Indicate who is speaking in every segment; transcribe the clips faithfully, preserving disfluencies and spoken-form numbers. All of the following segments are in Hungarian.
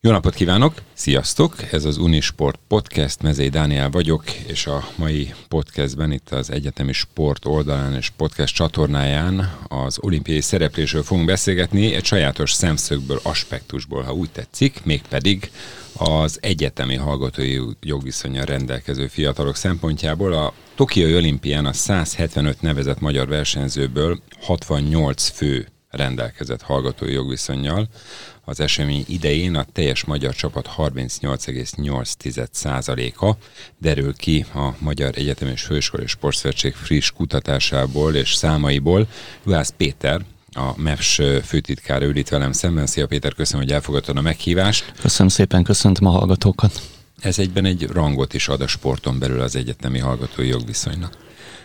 Speaker 1: Jó napot kívánok! Sziasztok! Ez az Unisport Podcast, Mezei Dániel vagyok, és a mai podcastben itt az Egyetemi Sport oldalán és podcast csatornáján az olimpiai szereplésről fogunk beszélgetni egy sajátos szemszögből, aspektusból, ha úgy tetszik, mégpedig az egyetemi hallgatói jogviszonnyal rendelkező fiatalok szempontjából. A Tokiói olimpián a száz hetvenöt nevezett magyar versenyzőből hatvannyolc fő rendelkezett hallgatói jogviszonnyal. Az esemény idején a teljes magyar csapat harmincnyolc egész nyolc százaléka derül ki a Magyar Egyetemi és Főiskolai Sportszövetség friss kutatásából és számaiból. Juhász Péter, a em e ef es főtitkára ül itt velem szemben. Szia Péter, köszönöm, hogy elfogadtad a meghívást.
Speaker 2: Köszönöm szépen, köszöntöm a hallgatókat.
Speaker 1: Ez egyben egy rangot is ad a sporton belül az egyetemi hallgatói jogviszonynak.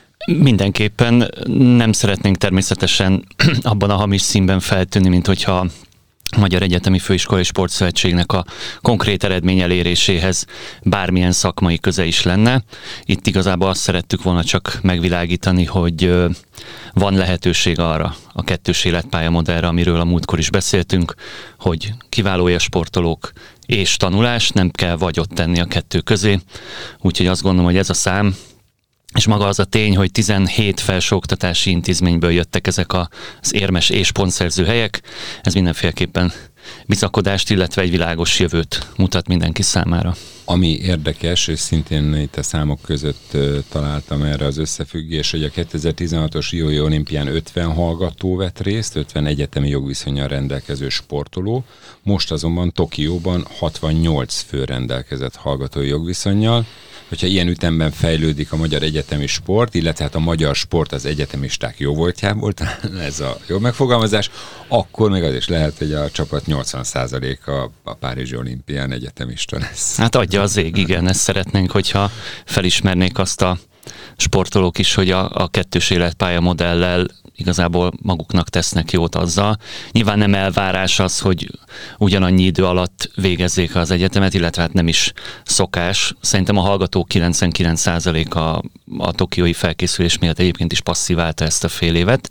Speaker 2: Mindenképpen nem szeretnénk természetesen abban a hamis színben feltűnni, mint hogyha a Magyar Egyetemi Főiskolai Sportszövetségnek a konkrét eredmény eléréséhez bármilyen szakmai köze is lenne. Itt igazából azt szerettük volna csak megvilágítani, hogy van lehetőség arra a kettős életpályamodellre, amiről a múltkor is beszéltünk, hogy kiváló élsportolók és tanulás, nem kell vagy ott tenni a kettő közé. Úgyhogy azt gondolom, hogy ez a szám, és maga az a tény, hogy tizenhét felsőoktatási intézményből jöttek ezek az érmes és pontszerző helyek, ez mindenféleképpen bizakodást, illetve egy világos jövőt mutat mindenki számára.
Speaker 1: Ami érdekes, és szintén itt a számok között találtam erre az összefüggés, hogy a kétezer-tizenhatos riói olimpián ötven hallgató vett részt, ötven egyetemi jogviszonnyal rendelkező sportoló, most azonban Tokióban hatvannyolc fő rendelkezett hallgatói jogviszonnyal. Hogyha ilyen ütemben fejlődik a magyar egyetemi sport, illetve hát a magyar sport az egyetemisták jóvoltjából, ez a jó megfogalmazás, akkor meg az is lehet, hogy a csapat nyolcvan százaléka a Párizsi olimpián egyetemista lesz.
Speaker 2: Hát adja az ég, igen, ezt szeretnénk, hogyha felismernék azt a sportolók is, hogy a, a kettős életpálya modellel igazából maguknak tesznek jót azzal. Nyilván nem elvárás az, hogy ugyanannyi idő alatt végezzék az egyetemet, illetve hát nem is szokás. Szerintem a hallgatók kilencvenkilenc százaléka a, a tokiói felkészülés miatt egyébként is passziválta ezt a fél évet,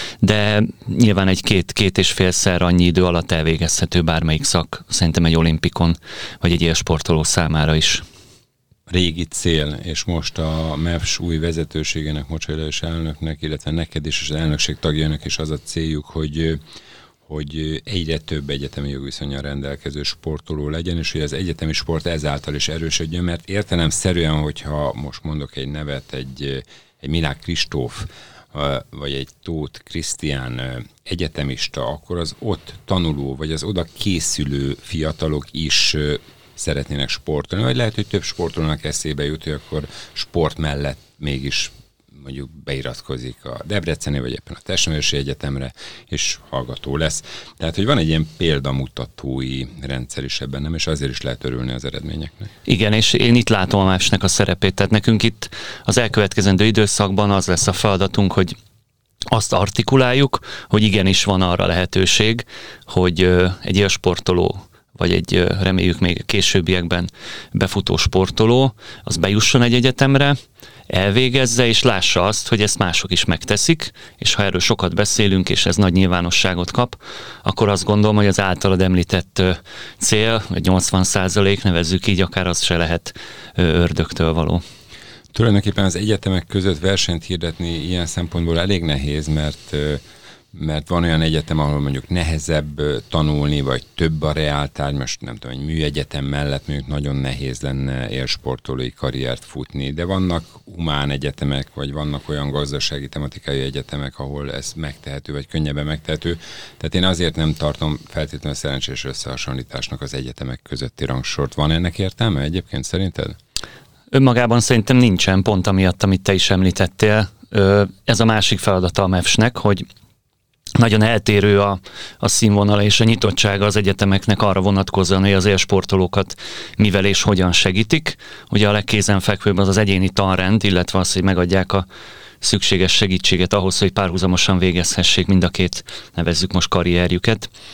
Speaker 2: de nyilván egy két, két és félszer annyi idő alatt elvégezhető bármelyik szak, szerintem egy olimpikon, vagy egy élsportoló számára is.
Speaker 1: Régi cél, és most a em e ef es új vezetőségének, Mocsai Lajos elnöknek, illetve neked is, és az elnökség tagjának is az a céljuk, hogy, hogy egyre több egyetemi jogviszonnyal rendelkező sportoló legyen, és hogy az egyetemi sport ezáltal is erősödjön, mert értelemszerűen, hogyha most mondok egy nevet, egy, egy Milák Kristóf, vagy egy Tóth Krisztián egyetemista, akkor az ott tanuló, vagy az oda készülő fiatalok is szeretnének sportolni, vagy lehet, hogy több sportolónak eszébe jut, hogy akkor sport mellett mégis mondjuk beiratkozik a Debreceni, vagy éppen a Testnevelési Egyetemre, és hallgató lesz. Tehát, hogy van egy ilyen példamutatói rendszer is ebben, nem? És azért is lehet örülni az eredményeknek.
Speaker 2: Igen, és én itt látom a em e ef es-nek a szerepét. Tehát nekünk itt az elkövetkezendő időszakban az lesz a feladatunk, hogy azt artikuláljuk, hogy igenis van arra lehetőség, hogy egy élsportoló vagy egy reméljük még későbbiekben befutó sportoló, az bejusson egy egyetemre, elvégezze, és lássa azt, hogy ezt mások is megteszik, és ha erről sokat beszélünk, és ez nagy nyilvánosságot kap, akkor azt gondolom, hogy az általad említett cél, vagy nyolcvan százalék, nevezzük így, akár az se lehet ördögtől való.
Speaker 1: Tulajdonképpen az egyetemek között versenyt hirdetni ilyen szempontból elég nehéz, mert mert van olyan egyetem, ahol mondjuk nehezebb tanulni, vagy több a reáltárgy, most nem tudom, egy műegyetem mellett mondjuk nagyon nehéz lenne élsportolói karriert futni, de vannak humán egyetemek, vagy vannak olyan gazdasági tematikai egyetemek, ahol ez megtehető, vagy könnyebben megtehető. Tehát én azért nem tartom feltétlenül szerencsés összehasonlításnak az egyetemek közötti rangsort. Van ennek értelme egyébként szerinted?
Speaker 2: Önmagában szerintem nincsen, pont amiatt, amit te is említettél. Ez a másik feladata a em e ef es-nek, hogy nagyon eltérő a, a színvonala és a nyitottsága az egyetemeknek arra vonatkozóan, hogy az élsportolókat mivel és hogyan segítik. Ugye a legkézenfekvőbb az az egyéni tanrend, illetve az, hogy megadják a szükséges segítséget ahhoz, hogy párhuzamosan végezhessék mind a két, nevezzük most karrierjüket.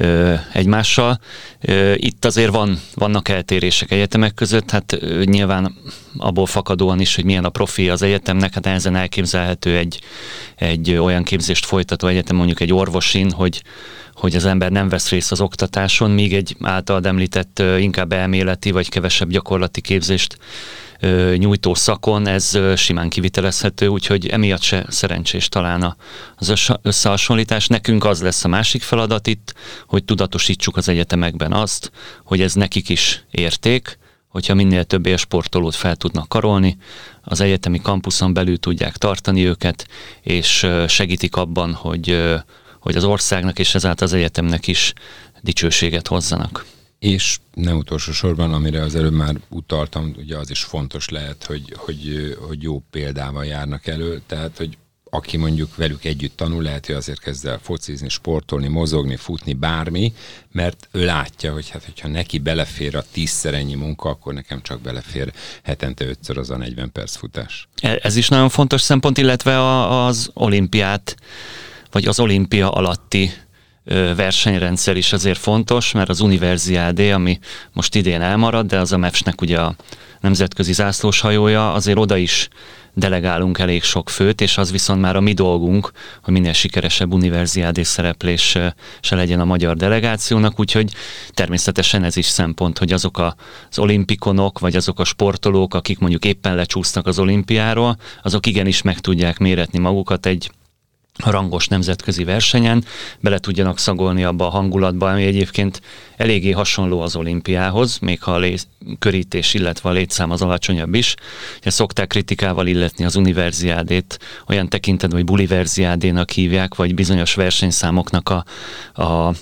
Speaker 2: egymással. Itt azért van, vannak eltérések egyetemek között, hát nyilván abból fakadóan is, hogy milyen a profi az egyetemnek, hát ezen elképzelhető egy, egy olyan képzést folytató egyetem, mondjuk egy orvosin, hogy hogy az ember nem vesz részt az oktatáson, míg egy általad említett inkább elméleti vagy kevesebb gyakorlati képzést nyújtó szakon ez simán kivitelezhető, úgyhogy emiatt se szerencsés talán az összehasonlítás. Nekünk az lesz a másik feladat itt, hogy tudatosítsuk az egyetemekben azt, hogy ez nekik is érték, hogyha minél több élsportolót fel tudnak karolni, az egyetemi kampuszon belül tudják tartani őket, és segítik abban, hogy hogy az országnak és ezáltal az egyetemnek is dicsőséget hozzanak.
Speaker 1: És nem utolsó sorban, amire az előbb már utaltam, ugye az is fontos lehet, hogy, hogy, hogy jó példával járnak elő, tehát, hogy aki mondjuk velük együtt tanul, lehet, hogy azért kezd el focizni, sportolni, mozogni, futni, bármi, mert ő látja, hogy hát, hogyha neki belefér a tízszer ennyi munka, akkor nekem csak belefér hetente ötször az a negyven perc futás.
Speaker 2: Ez is nagyon fontos szempont, illetve az olimpiát vagy az olimpia alatti versenyrendszer is azért fontos, mert az Universiade, ami most idén elmarad, de az a mefs-nek ugye a nemzetközi zászlós hajója, azért oda is delegálunk elég sok főt, és az viszont már a mi dolgunk, hogy minél sikeresebb Universiade szereplés se legyen a magyar delegációnak, úgyhogy természetesen ez is szempont, hogy azok az olimpikonok, vagy azok a sportolók, akik mondjuk éppen lecsúsztak az olimpiáról, azok igenis meg tudják méretni magukat egy rangos nemzetközi versenyen, bele tudjanak szagolni abba a hangulatba, ami egyébként eléggé hasonló az olimpiához, még ha a lé- körítés, illetve a létszám az alacsonyabb is. Ugye szokták kritikával illetni az Universiádét, olyan tekintetben, hogy buliverziádénak hívják, vagy bizonyos versenyszámoknak a, a,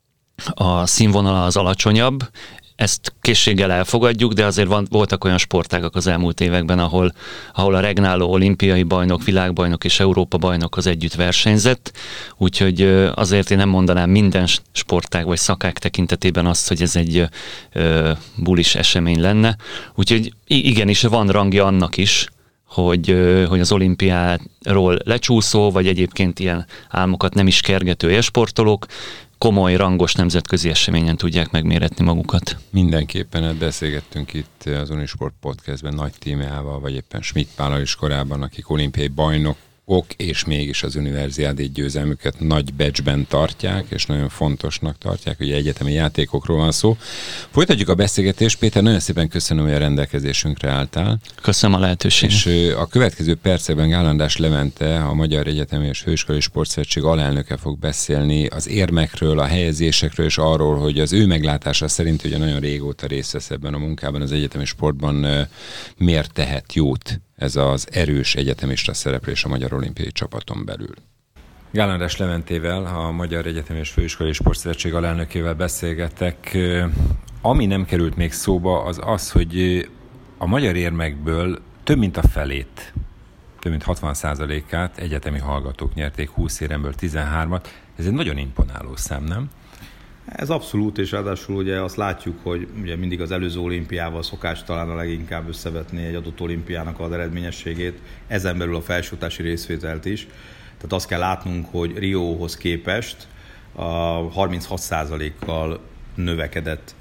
Speaker 2: a színvonala az alacsonyabb. Ezt készséggel elfogadjuk, de azért van, voltak olyan sportágak az elmúlt években, ahol, ahol a regnáló olimpiai bajnok, világbajnok és Európa bajnok az együtt versenyzett, úgyhogy azért én nem mondanám minden sportág vagy szakák tekintetében azt, hogy ez egy ö, bulis esemény lenne. Úgyhogy igenis van rangja annak is, hogy, hogy az olimpiáról lecsúszó, vagy egyébként ilyen álmokat nem is kergető élsportolók komoly, rangos nemzetközi eseményen tudják megméretni magukat.
Speaker 1: Mindenképpen beszélgettünk itt az Unisport Podcastben Nagy Tímeával, vagy éppen Schmidt Pállal is korábban, akik olimpiai bajnokok, és mégis az Universiádét győzelmüket nagy becsben tartják, és nagyon fontosnak tartják, hogy egyetemi játékokról van szó. Folytatjuk a beszélgetést. Péter, nagyon szépen köszönöm, hogy a rendelkezésünkre álltál.
Speaker 2: Köszönöm a lehetőséget.
Speaker 1: És a következő percekben Gál András Levente, a Magyar Egyetemi és Főiskolai Sportszövetség alelnöke fog beszélni az érmekről, a helyezésekről, és arról, hogy az ő meglátása szerint ugye nagyon régóta részt vesz ebben a munkában, az egyetemi sportban miért tehet jót ez az erős egyetemista szereplés a Magyar Olimpiai Csapaton belül. Gál András Leventével, a Magyar Egyetemi és Főiskolai Sportszövetség alelnökével beszélgettek. Ami nem került még szóba, az az, hogy a magyar érmekből több mint a felét, több mint hatvan százalékát egyetemi hallgatók nyerték, húsz éremből tizenhármat. Ez egy nagyon imponáló szám, nem?
Speaker 3: Ez abszolút, és ráadásul ugye azt látjuk, hogy ugye mindig az előző olimpiával szokás talán a leginkább összevetni egy adott olimpiának az eredményességét, ezen belül a felsőoktatási részvételt is. Tehát azt kell látnunk, hogy Rióhoz képest a harminchat százalékkal növekedett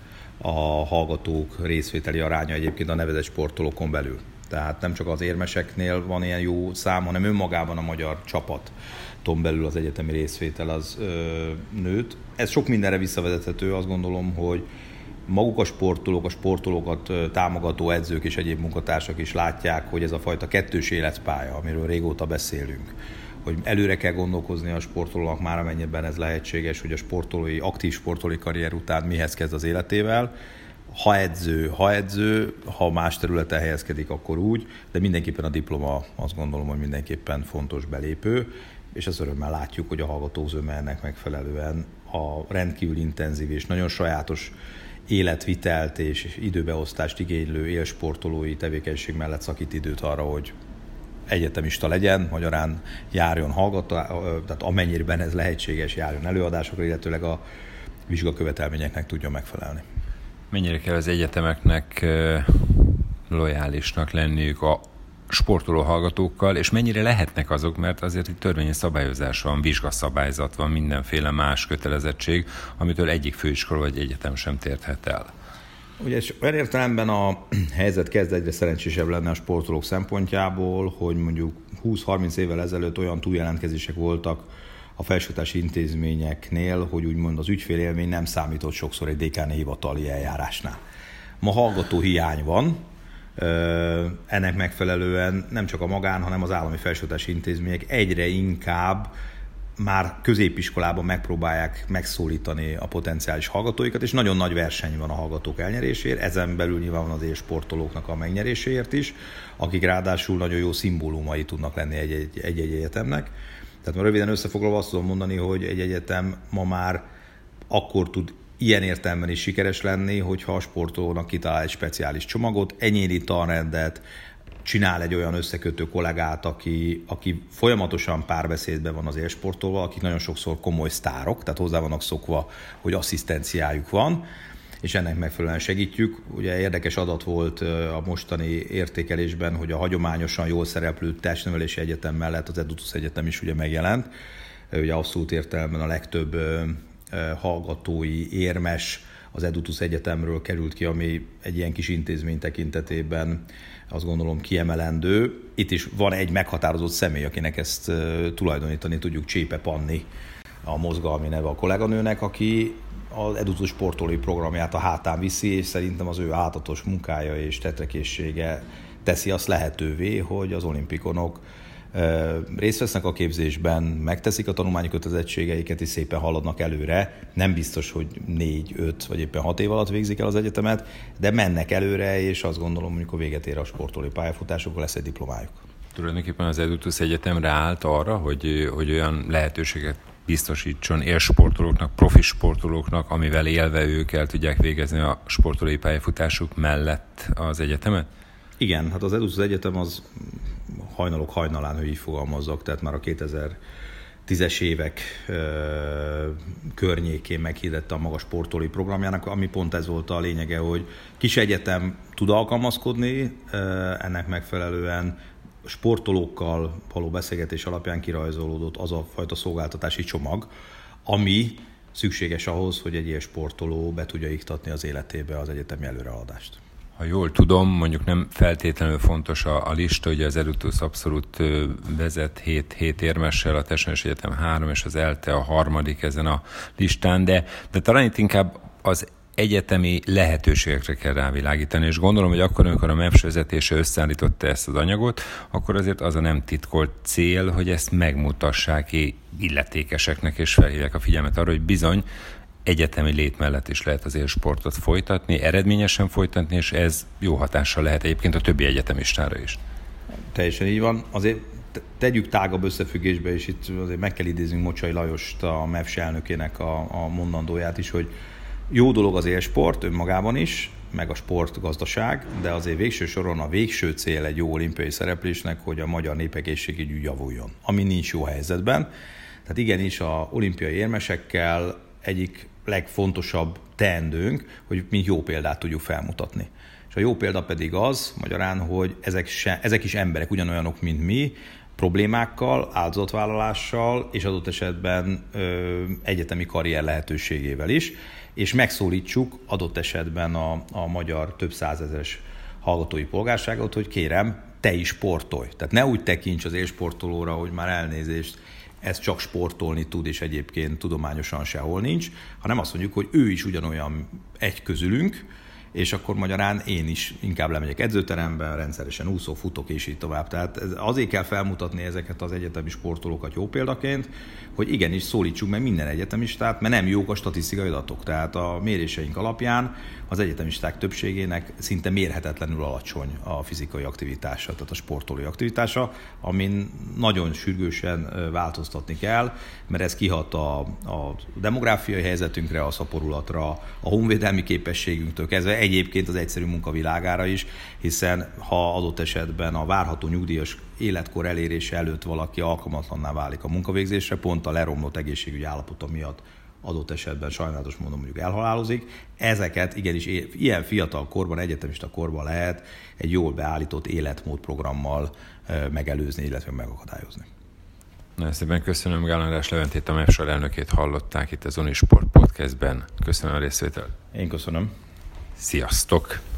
Speaker 3: a hallgatók részvételi aránya egyébként a nevezett sportolókon belül. Tehát nem csak az érmeseknél van ilyen jó szám, hanem önmagában a magyar csapat belül az egyetemi részvétel az ö, nőtt. Ez sok mindenre visszavezethető, azt gondolom, hogy maguk a sportolók, a sportolókat ö, támogató edzők és egyéb munkatársak is látják, hogy ez a fajta kettős életpálya, amiről régóta beszélünk, hogy előre kell gondolkozni a sportolónak már, amennyiben ez lehetséges, hogy a sportolói, aktív sportolói karrier után mihez kezd az életével. Ha edző, ha edző, ha más területen helyezkedik, akkor úgy, de mindenképpen a diploma, azt gondolom, hogy mindenképpen fontos belépő, és az örömmel látjuk, hogy a hallgatók zöme ennek megfelelően a rendkívül intenzív és nagyon sajátos életvitelt és időbeosztást igénylő élsportolói tevékenység mellett szakít időt arra, hogy egyetemista legyen, magyarán járjon hallgató, tehát amennyire ez lehetséges, járjon előadásokra, illetőleg a vizsgakövetelményeknek tudjon megfelelni.
Speaker 1: Mennyire kell az egyetemeknek lojálisnak lenniük a sportoló hallgatókkal, és mennyire lehetnek azok, mert azért itt törvényi szabályozás van, vizsgaszabályzat van, mindenféle más kötelezettség, amitől egyik főiskola vagy egyetem sem térhet el.
Speaker 3: Ugye olyan értelemben a helyzet kezd egyre szerencsésebb lenne a sportolók szempontjából, hogy mondjuk húsz-harminc évvel ezelőtt olyan túljelentkezések voltak a felsőoktatási intézményeknél, hogy úgymond az ügyfélélmény nem számított sokszor egy dékáni hivatali eljárásnál. Ma hallgató hiány van, ennek megfelelően nem csak a magán, hanem az állami felsőoktatási intézmények egyre inkább már középiskolában megpróbálják megszólítani a potenciális hallgatóikat, és nagyon nagy verseny van a hallgatók elnyeréséért, ezen belül nyilván van az élsportolóknak a megnyeréséért is, akik ráadásul nagyon jó szimbólumai tudnak lenni egy-egy egyetemnek. Tehát már röviden összefoglalva azt tudom mondani, hogy egy egyetem ma már akkor tud ilyen értelemben is sikeres lenni, hogyha a sportolónak kitalál egy speciális csomagot, enyéri tanrendet, csinál egy olyan összekötő kollégát, aki, aki folyamatosan párbeszédben van az élsportolóval, akik nagyon sokszor komoly sztárok, tehát hozzá vannak szokva, hogy asszisztenciájuk van, és ennek megfelelően segítjük. Ugye érdekes adat volt a mostani értékelésben, hogy a hagyományosan jól szereplő testnevelési egyetem mellett az Edutus Egyetem is ugye megjelent. Ugye abszolút értelemben a legtöbb hallgatói érmes az Edutus Egyetemről került ki, ami egy ilyen kis intézmény tekintetében azt gondolom kiemelendő. Itt is van egy meghatározott személy, akinek ezt tulajdonítani tudjuk, Csépe Panni, a mozgalmi neve a kolléganőnek, aki az Edutus sportolói programját a hátán viszi, és szerintem az ő áltatos munkája és tetrekészsége teszi azt lehetővé, hogy az olimpikonok részt vesznek a képzésben, megteszik a tanulmányi kötelezettségeiket, és szépen haladnak előre. Nem biztos, hogy négy, öt vagy éppen hat év alatt végzik el az egyetemet, de mennek előre, és azt gondolom, hogy amikor véget ér a sportolói pályafutásukon, lesz egy diplomájuk.
Speaker 1: Tulajdonképpen az Edutus Egyetem ráállt arra, hogy, hogy olyan lehetőséget biztosítson élsportolóknak, profi sportolóknak, amivel élve ők el tudják végezni a sportolói pályafutásuk mellett az egyetemet?
Speaker 3: Igen, hát az Edutus Egyetem az hajnalok hajnalán, hogy így fogalmazzak, tehát már a kétezer-tízes évek ö, környékén meghirdette a maga sportolói programjának, ami pont ez volt a lényege, hogy kis egyetem tud alkalmazkodni, ö, ennek megfelelően sportolókkal való beszélgetés alapján kirajzolódott az a fajta szolgáltatási csomag, ami szükséges ahhoz, hogy egy ilyen sportoló be tudja iktatni az életébe az egyetemi előrehaladást.
Speaker 1: Ha jól tudom, mondjuk nem feltétlenül fontos a, a lista, ugye az Edutus abszolút vezet hét, hét érmessel, a Testnevelési Egyetem három, és az ELTE a harmadik ezen a listán, de, de talán itt inkább az egyetemi lehetőségekre kell rávilágítani, és gondolom, hogy akkor, amikor a MEPS vezetése összeállította ezt az anyagot, akkor azért az a nem titkolt cél, hogy ezt megmutassák illetékeseknek, és felhívják a figyelmet arra, hogy bizony egyetemi lét mellett is lehet az élsportot folytatni, eredményesen folytatni, és ez jó hatással lehet egyébként a többi egyetemistára is.
Speaker 3: Teljesen így van. Azért tegyük tágabb összefüggésbe, és itt azért meg kell idéznünk Mocsai Lajost, a MEPS elnökének a, a mondandóját is, hogy jó dolog az élsport önmagában is, meg a sportgazdaság, de azért végső soron a végső cél egy jó olimpiai szereplésnek, hogy a magyar népegészségügy javuljon, ami nincs jó helyzetben. Tehát igenis a olimpiai érmesekkel egyik legfontosabb teendőnk, hogy mi jó példát tudjuk felmutatni. És a jó példa pedig az, magyarán, hogy ezek, se, ezek is emberek, ugyanolyanok, mint mi, problémákkal, áldozatvállalással, és adott esetben ö, egyetemi karrier lehetőségével is, és megszólítsuk adott esetben a, a magyar több százezeres hallgatói polgárságot, hogy kérem, te is sportolj. Tehát ne úgy tekints az élsportolóra, hogy már elnézést, ez csak sportolni tud, és egyébként tudományosan sehol nincs, hanem azt mondjuk, hogy ő is ugyanolyan egy közülünk, és akkor magyarán én is inkább lemegyek edzőteremben, rendszeresen úszok, futok, és így tovább. Tehát azért kell felmutatni ezeket az egyetemi sportolókat jó példaként, hogy igenis szólítsuk meg minden egyetemistát, mert nem jók a statisztikai adatok. Tehát a méréseink alapján az egyetemisták többségének szinte mérhetetlenül alacsony a fizikai aktivitása, tehát a sportolói aktivitása, amin nagyon sürgősen változtatni kell, mert ez kihat a, a demográfiai helyzetünkre, a szaporulatra, a honvédelmi képességünktől kezdve egyébként az egyszerű munkavilágára is, hiszen ha adott esetben a várható nyugdíjas életkor elérése előtt valaki alkalmatlanná válik a munkavégzésre, pont a leromlott egészségügyi állapota miatt adott esetben sajnálatos módon mondjuk elhalálozik. Ezeket igenis ilyen fiatal korban, egyetemista korban lehet egy jól beállított életmódprogrammal megelőzni, illetve megakadályozni.
Speaker 1: Nagyon szépen köszönöm, Gál András Leventét, a MEPSAR elnökét hallották itt az Unisport Podcastben. Köszönöm a részvételt.
Speaker 3: Én köszönöm.
Speaker 1: Sziasztok!